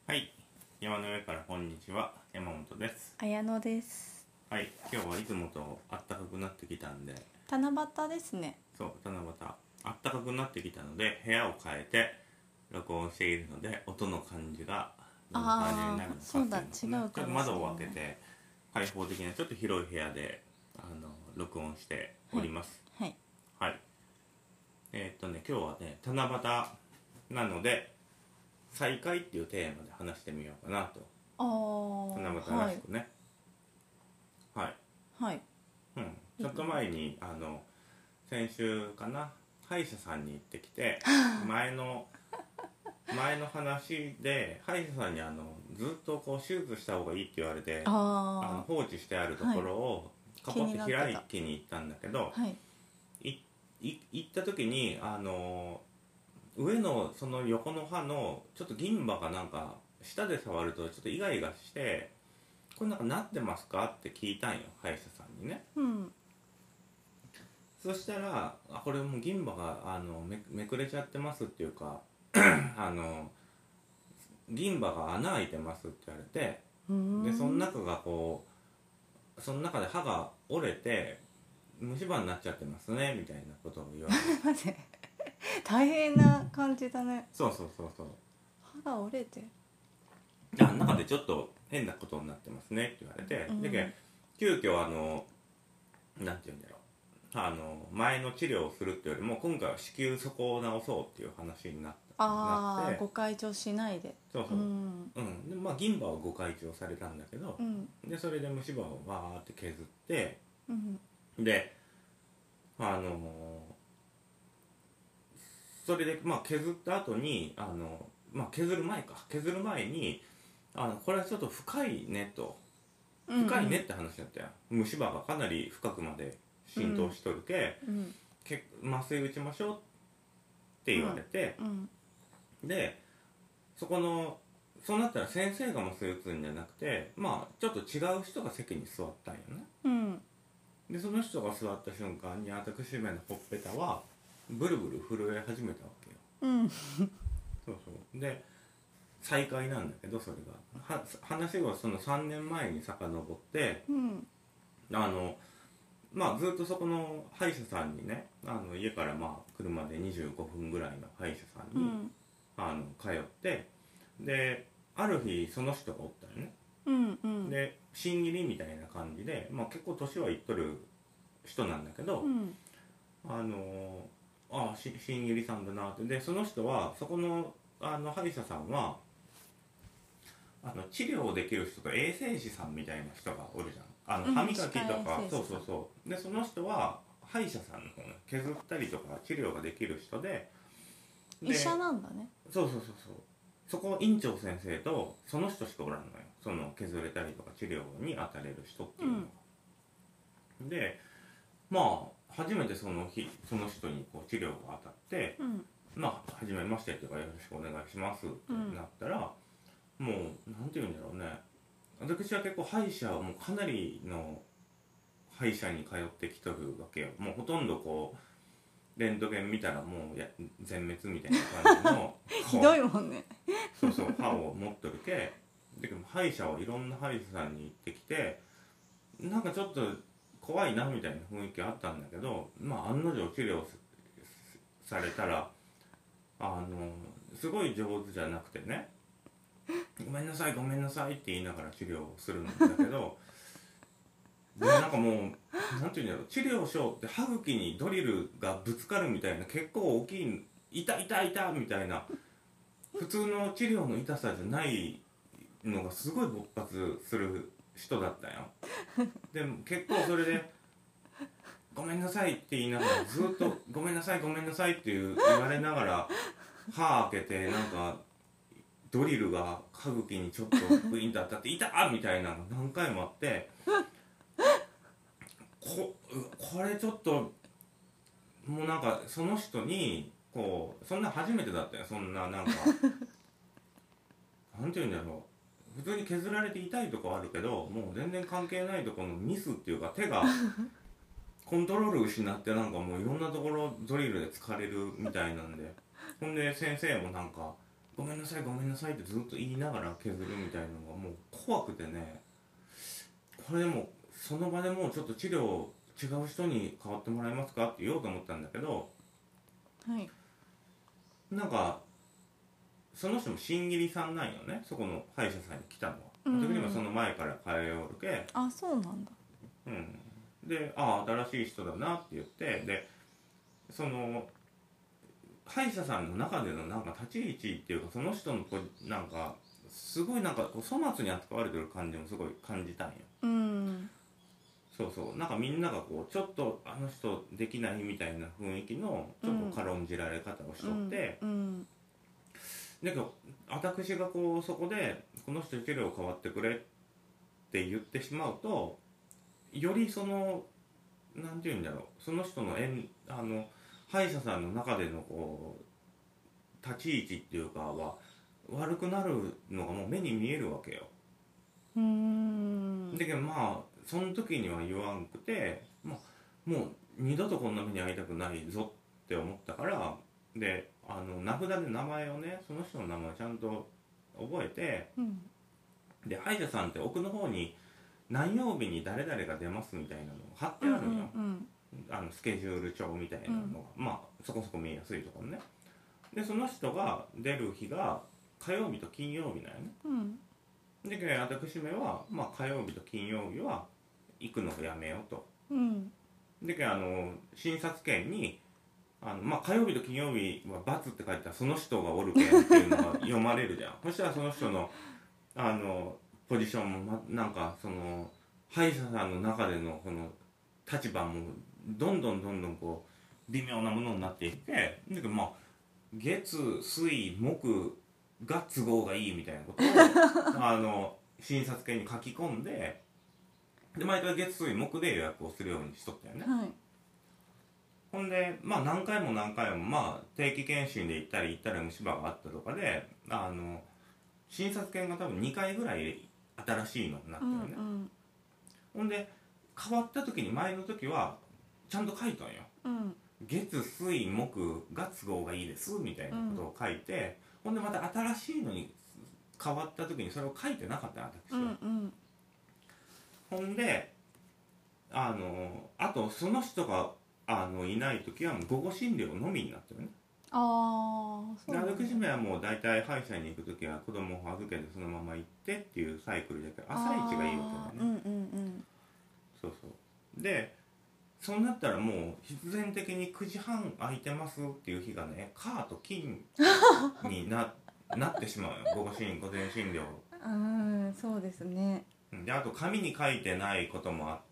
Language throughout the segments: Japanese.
はい、山の上からこんにちは、山本です。 綾乃です。 はい、今日はいつもと暖かくなってきたんで、 七夕ですね。 そう、七夕、暖かくなってきたので部屋を変えて録音しているので、音の感じがどんな感じになるのかっていうのを、ね、 そうだ、違うかもしれない。 ちょっと窓を開けて開放的なちょっと広い部屋で録音しております。 はい。 はい。今日はね、七夕なので再会っていうテーマで話してみようかなと。七夕らしくね。はい。 はい。 うん。ちょっと前に先週かな、歯医者さんに行ってきて前の話で歯医者さんにずっとこう手術した方がいいって言われて放置してあるところをカポって開きに行ったんだけど、 はい、 行った時に上のその横の歯のちょっと銀歯がなんか舌で触るとちょっとイガイガして、これなんかなってますかって聞いたんよ、歯医者さんにね。 うん、 そしたらこれもう銀歯がめくれちゃってますっていうか銀歯が穴開いてますって言われて、でその中がこうその中で歯が折れて虫歯になっちゃってますねみたいなことを言われて大変な感じだね。 そうそうそうそう、 歯が折れて中でちょっと変なことになってますねって言われて、で急遽なんて言うんだろう、前の治療をするっていうよりも今回は子宮そこを治そうっていう話になって、 ご開帳しないで、 そうそう、でまあ銀歯をご開帳されたんだけど、でそれで虫歯をわーって削って、でそれでまあ削った後に削る前にこれはちょっと深いねと、深いねって話だったよ。虫歯がかなり深くまで浸透しとるけ、麻酔打ちましょうって言われて、でそうなったら先生が麻酔打つんじゃなくて、まあちょっと違う人が席に座ったんよね。でその人が座った瞬間に私めのほっぺたはブルブル震え始めたわけよ。そうそうで再会なんだけど、それが話はその3年前に遡って、まあずっとそこの歯医者さんにね、家からまあ車で25分ぐらいの歯医者さんに、通って、である日その人がおったよね。で新切りみたいな感じで、まあ、結構年はいっとる人なんだけど、新切りさんだなって。でその人はそこの歯医者さんは治療できる人と衛生士さんみたいな人がおるじゃん。歯磨きとか、そうそうそう。でその人は歯医者さんの方ね、削ったりとか治療ができる人で、 医者なんだね。 そうそうそうそう。そこ院長先生とその人しかおらんのよ、その削れたりとか治療に当たれる人っていうのが。でまあ初めてその日その人にこう治療が当たって、まあ初めましてとかよろしくお願いしますってなったら、もうなんていうんだろうね、私は結構歯医者はもうかなりの歯医者に通ってきとるわけよ。もうほとんどこうレントゲン見たらもう全滅みたいな感じのひどいもんね。 そうそう歯を持っとるけ、でも歯医者はいろんな歯医者さんに行ってきて、なんかちょっと怖いなみたいな雰囲気あったんだけど、まあ案の定治療されたらすごい上手じゃなくてね、ごめんなさいごめんなさいって言いながら治療をするんだけどでなんかもうなんていうんだろう、治療しようって歯茎にドリルがぶつかるみたいな、結構大きい痛い痛い痛いみたいな普通の治療の痛さじゃないのがすごい勃発する人だったよ。でも結構それでごめんなさいって言いながらずっとごめんなさいごめんなさいって言われながら歯開けて、なんかドリルが歯茎にちょっとブインと当たって痛っみたいなのが何回もあって、これちょっともうなんかその人にこうそんな初めてだったよ。そんななんかなんていうんだろう、普通に削られて痛いとこあるけどもう全然関係ないところのミスっていうか、手がコントロール失ってなんかもういろんなところドリルで疲れるみたいなんで、ほんで先生もなんかごめんなさいごめんなさいってずっと言いながら削るみたいなのがもう怖くてね、これでもその場でもうちょっと治療違う人に変わってもらえますかって言おうと思ったんだけど、 はい。 なんかその人も新切さんなんよね、そこの歯医者さんに来たのは。 うんうん私にもその前から通うるけ、 あ、そうなんだ。 で、ああ新しい人だなって言って、でその歯医者さんの中でのなんか立ち位置っていうか、その人のなんかすごいなんかこう粗末に扱われてる感じもすごい感じたんよ。 うん。 そうそう、なんかみんながこうちょっとあの人できないみたいな雰囲気のちょっと軽んじられ方をしとって、 うん。 だけど私がこうそこでこの人治療変わってくれって言ってしまうと、よりそのなんていうんだろう、その人の歯医者さんの中でのこう立ち位置っていうかは悪くなるのがもう目に見えるわけよ。だけどまあその時には言わんくて、まあ、もう二度とこんな目に遭いたくないぞって思ったから、で名札で名前をね、その人の名前をちゃんと覚えて、 うん。 で歯医者さんって奥の方に何曜日に誰々が出ますみたいなのが貼ってうんあるんよ、 うんスケジュール帳みたいなのが、まあそこそこ見えやすいところね。でその人が出る日が火曜日と金曜日なんよね。 うんで私めは、まあ、火曜日と金曜日は行くのをやめようと。 うんで診察券にまあ、火曜日と金曜日は×って書いたらその人がおるけんっていうのが読まれるじゃん。そしたらその人のポジションも、なんかその歯医者さんの中でのこの立場もどんどんこう微妙なものになっていって、だけどまあ月水木が都合がいいみたいなことを診察券に書き込んで、で毎回月水木で予約をするようにしとったよね。 はい。 ほんでまあ何回もまあ定期検診で行ったり虫歯があったとかで診察券が多分2回ぐらい新しいのになったよね。ほんで変わった時に、前の時はちゃんと書いたんよ。月水木が都合がいいですみたいなことを書いて、ほんでまた新しいのに変わった時にそれを書いてなかったよ私は。ほんであとその人がいない時はもう午後診療のみになってるね。 ああ、そうなんだ。 私めはもう大体歯医者に行く時は子供を預けてそのまま行ってっていうサイクルだけど、朝一がいいわけだよね。そうそうで、そうなったらもう必然的に9時半空いてますっていう日がね、火と金になってしまうよ午前診療。 そうですね。 であと紙に書いてないこともあって、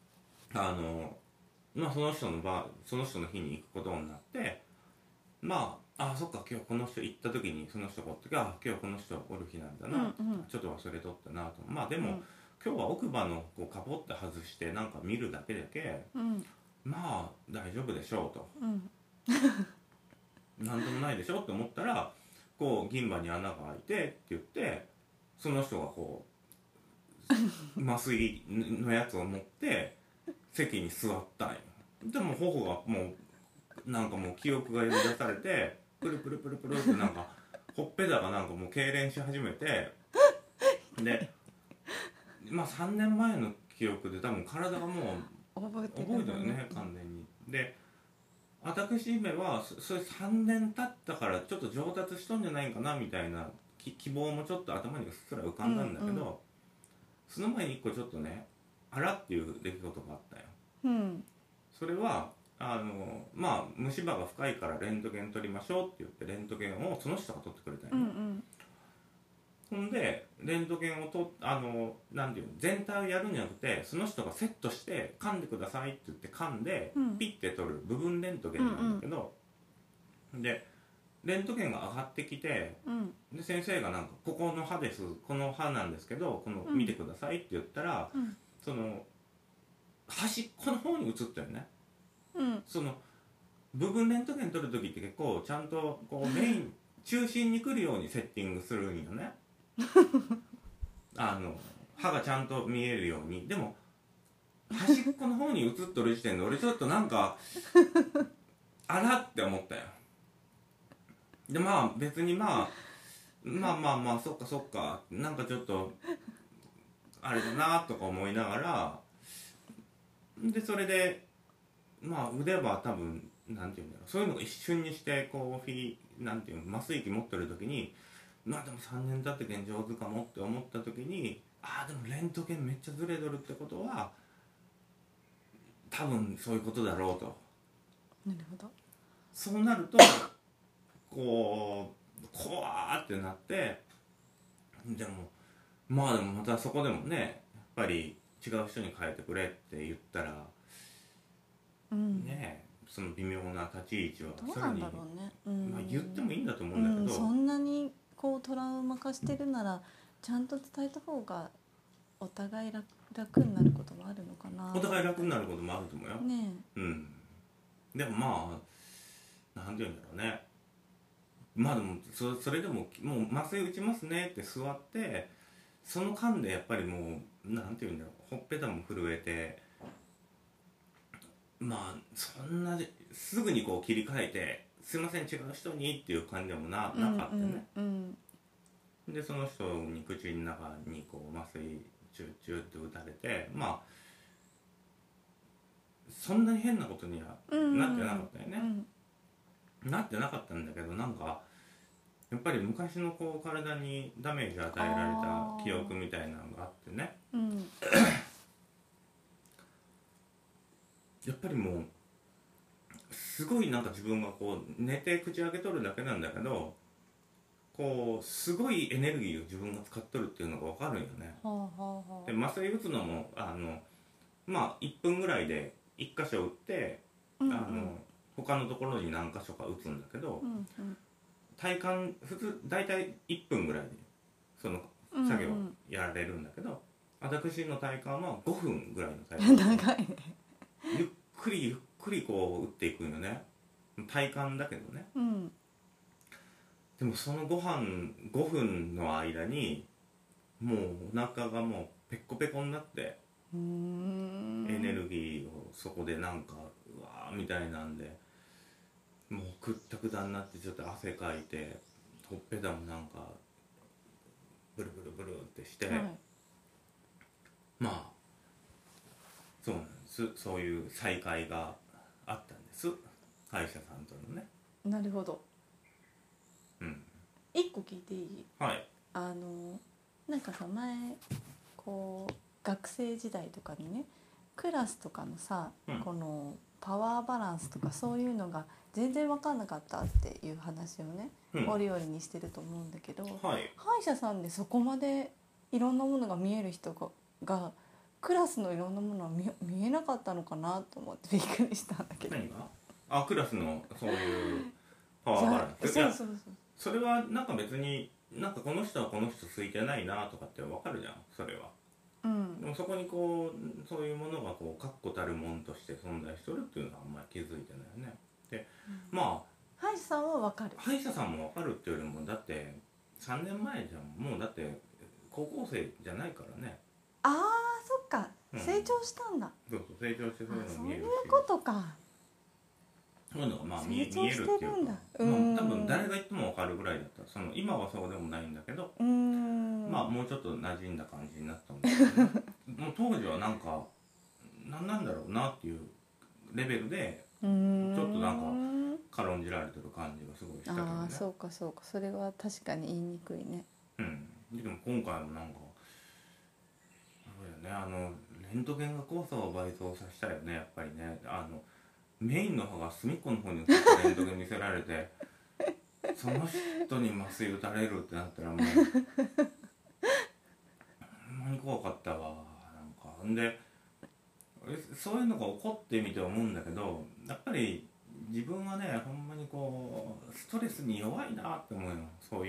まあその人の日に行くことになって、まあそっか今日この人行った時にその人がおった時、今日この人おる日なんだな、ちょっと忘れとったなと。まあでも、今日は奥歯のこうカポって外してなんか見るだけだけ、まあ大丈夫でしょうと、なんでもないでしょって思ったら、こう銀歯に穴が開いてって言って、その人がこう麻酔のやつを持って席に座ったんよ。でも頬がもうなんかもう記憶が呼び出されて、プルプルプルプルってなんかほっぺたがなんかもう痙攣し始めて、でまあ3年前の記憶で多分体がもう覚えたよね完全に。で私めはそれ3年経ったからちょっと上達しとんじゃないかなみたいな希望もちょっと頭にうっすら浮かんだんだけど、その前に1個ちょっとね、あらっていう出来事があったよ。それはまあ虫歯が深いからレントゲン取りましょうって言ってレントゲンをその人が取ってくれたんよ。ほんでレントゲンをなんていうの、全体をやるんじゃなくて、その人がセットして噛んでくださいって言って噛んで、ピッて取る部分レントゲンなんだけど、でレントゲンが上がってきて、で先生がなんか「ここの歯です、この歯なんですけどこの見てください」って言ったら、その端っこの方に映ったよね。その部分レントゲン撮る時って結構ちゃんとこうメイン中心に来るようにセッティングするんよね歯がちゃんと見えるように。でも端っこの方に映っとる時点で俺ちょっとなんかあらって思ったよ。 でまあ別にまあそっかそっかなんかちょっとあれだなとか思いながらでそれでまあ腕は多分なんていうんだろうそういうのが一瞬にしてこうなんていうの麻酔器持ってる時にまあでも3年経ってけん上手かもって思った時にああでもレントゲンめっちゃずれとるってことは多分そういうことだろうと。 なるほど。 そうなるとこう怖ーってなってでもまあでもまたそこでもねやっぱり違う人に変えてくれって言ったら、 うん、 ねその微妙な立ち位置はどうなんだろうね、 まあ、言ってもいいんだと思うんだけど、 そんなにこうトラウマ化してるならちゃんと伝えた方がお互い 楽になることもあるのかな。 お互い楽になることもあると思うよ、 ねでもまあなんて言うんだろうねまあでもそれでももう麻酔打ちますねって座ってその間でやっぱりもうなんて言うんだろうほっぺたも震えてまあそんなすぐにこう切り替えてすいません違う人にっていう感じでもなかったね、でその人に口の中にこう麻酔チューチューって打たれてまあそんなに変なことにはなってなかったよね、なってなかったんだけどなんかやっぱり昔のこう体にダメージ与えられた記憶みたいなのがあってね、やっぱりもうすごいなんか自分がこう寝て口開けとるだけなんだけどこうすごいエネルギーを自分が使っとるっていうのが分かるんよね、で麻酔打つのもまあ1分ぐらいで1箇所打って、他のところに何箇所か打つんだけど、体感普通大体1分ぐらいでその作業やられるんだけど、私の体感は5分ぐらいの体感長いねゆっくりこう打っていくんよね体感だけどね、でもその5分の間にもうお腹がもうペッコペコになってエネルギーをそこでなんかうわーみたいなんでもうくったくたになってちょっと汗かいてほっぺたもなんかブルブルブルってして、まあそうなんですそういう再会があったんです歯医者さんとのね。 なるほど。一個聞いていい？ はい。 なんかさ前こう学生時代とかにねクラスとかのさ、このパワーバランスとかそういうのが全然分かんなかったっていう話をね、折々にしてると思うんだけど、歯医者さんでそこまでいろんなものが見える人がクラスのいろんなものは見えなかったのかなと思ってびっくりしたんだけど。 何が？クラスのそういうパワーバランス。それはなんか別になんかこの人はこの人空いてないなとかってわかるじゃんそれは。でもそこにこうそういうものがこう確固たるものとして存在しとるっていうのはあんまり気づいてないよね。で、まあ歯医者さんはわかる。 歯医者さんもわかるっていうよりもだって3年前じゃんもうだって高校生じゃないからね。 ああそっか、成長したんだ。 そう成長してそういうの見えるし。 そういうことか。 そういうのがまあ見えるっていうか、多分誰が言っても分かるぐらいだった。今はそうでもないんだけど、まあもうちょっと馴染んだ感じになったんだけど、ね、もう当時はなんか何なんだろうなっていうレベルでちょっとなんか軽んじられてる感じがすごいしたけどね。 ああそうかそうか、それは確かに言いにくいね。 でも今回もなんかそうだよねレントゲンが怖さを倍増させたよねやっぱりね。メインの歯が隅っこの方にレントゲン見せられてその人に麻酔打たれるってなったらもうほんまに怖かったわ。なんかでそういうのが起こってみて思うんだけどやっぱり自分はねほんまにこうストレスに弱いなって思うよ。そう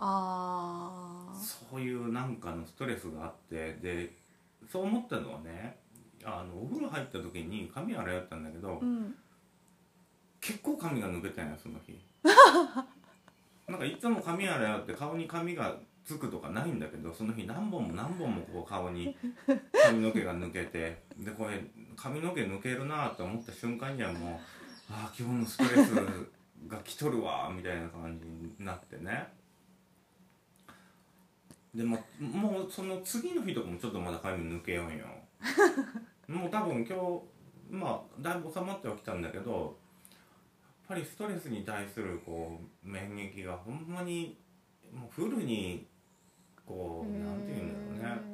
いうなんかのストレスがあってでそう思ったのはねお風呂入った時に髪洗いやったんだけど、結構髪が抜けたんやその日なんかいつも髪洗いやって顔に髪がつくとかないんだけどその日何本もこう顔に髪の毛が抜けてでこれ髪の毛抜けるなと思った瞬間にはもう今日のストレスが来とるわみたいな感じになってね。でもうその次の日とかもちょっとまだ髪抜けよんよもう多分今日だいぶ収まってはきたんだけど、やっぱりストレスに対するこう免疫がほんまにもうフルにこうなんていうんだろうね、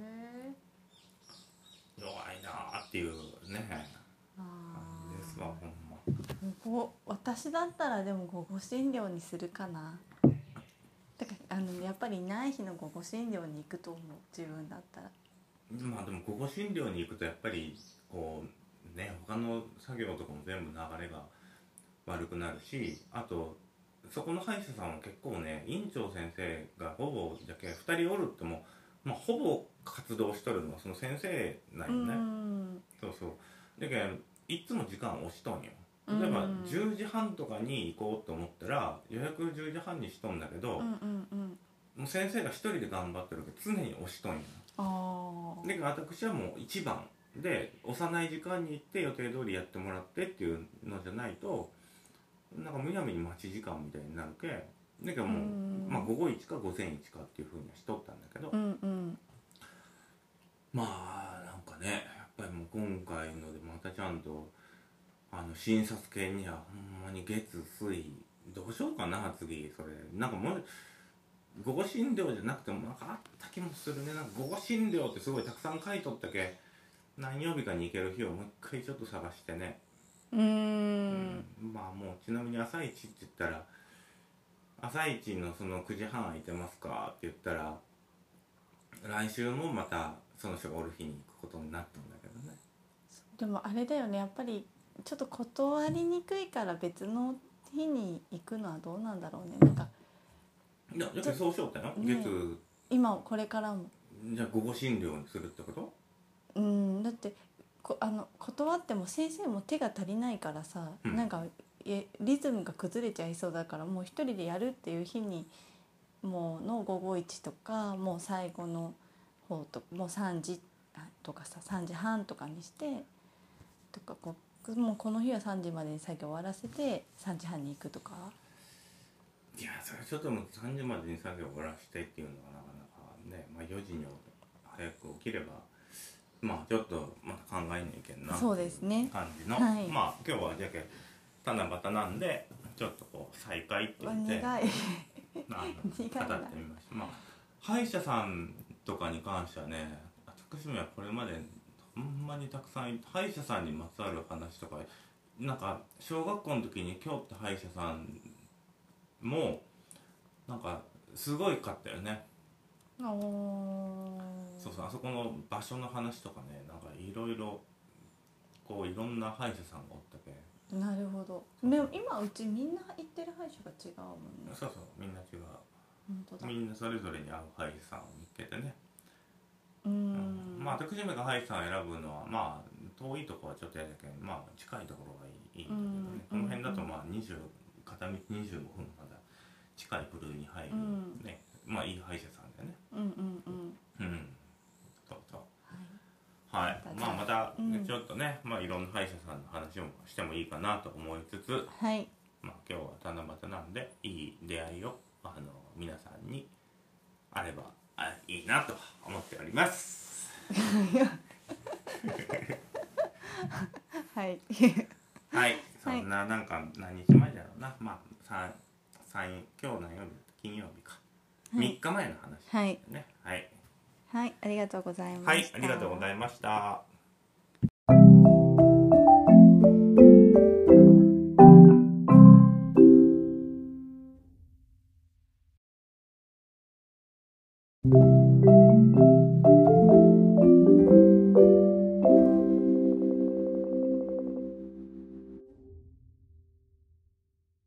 弱いなっていうね感じですわ、ほんま。 私だったらでも午後診療にするかな。だからやっぱりない日の午後診療に行くと思う、自分だったら。 でも午後診療に行くとやっぱりこうね、他の作業とかも全部流れが悪くなるし、あとそこの歯医者さんは結構ね、院長先生がほぼじゃけ2人おるっても、ほぼ活動しとるのはその先生なんよね。そうそうだけどいつも時間押しとんよ。例えば10時半とかに行こうと思ったら予約10時半にしとんだけど、もう先生が一人で頑張ってるけど常に押しとんよ。で私はもう一番で幼い時間に行って予定通りやってもらってっていうのじゃないとなんかむやみに待ち時間みたいになるけ、だけどもう、午後1か午前1かっていうふうにはしとったんだけど、なんかね、やっぱりもう今回のでまたちゃんと診察券にはほんまに月水どうしようかな次。それなんかもう午後診療じゃなくてもなんかあった気もするね。なんか午後診療ってすごいたくさん書いとったけ、何曜日かに行ける日をもう一回ちょっと探してね。もうちなみに朝一って言ったら朝一のその9時半空いてますかって言ったら来週もまたその人がおる日に行くことになったんだけどね。 でもあれだよね、やっぱりちょっと断りにくいから別の日に行くのはどうなんだろうね。なんかいやそうしようったよ、ね、月今これからもじゃあ午後診療にするってこと？ だって断っても先生も手が足りないからさ、なんかリズムが崩れちゃいそうだから、もう一人でやるっていう日にもうの午後1とかもう最後の方ともう3時とかさ3時半とかにしてとかもうこの日は3時までに作業終わらせて3時半に行くとか。 いやそれちょっともう3時までに作業を終わらしてっていうのはなかなかね、4時に早く起きればちょっとまた考えなきゃいけんなっていう感じの、今日はじゃけ七夕なんでちょっとこう再開って言って苦い語ってみました。歯医者さんとかに関してはね、私もはこれまでほんまにたくさん歯医者さんにまつわる話とか、なんか小学校の時に今日って歯医者さんもなんかすごいかったよね。そうあそこの場所の話とかね、なんかいろいろこういろんな歯医者さんがおったけ。 なるほど。でも今うちみんな行ってる歯医者が違うもんね。 そうみんな違う。 本当だ。 みんなそれぞれに合う歯医者さんを見つけてね。私めが歯医者さんを選ぶのは遠いところはちょっとやだけど近いところがいいんだけどね。この辺だと片道25分まだ近い部類に入るね、いい歯医者さんだよね。そうそう。はい。またちょっとね、いろんな歯医者さんの話もしてもいいかなと思いつつ、今日は七夕なんでいい出会いを皆さんにあればいいなと思っております。はいはい、そんななんか何日前だろうな、今日何曜日？金曜日か、3日前の話ですね。 はい、ありがとうございました。 はい、ありがとうございました。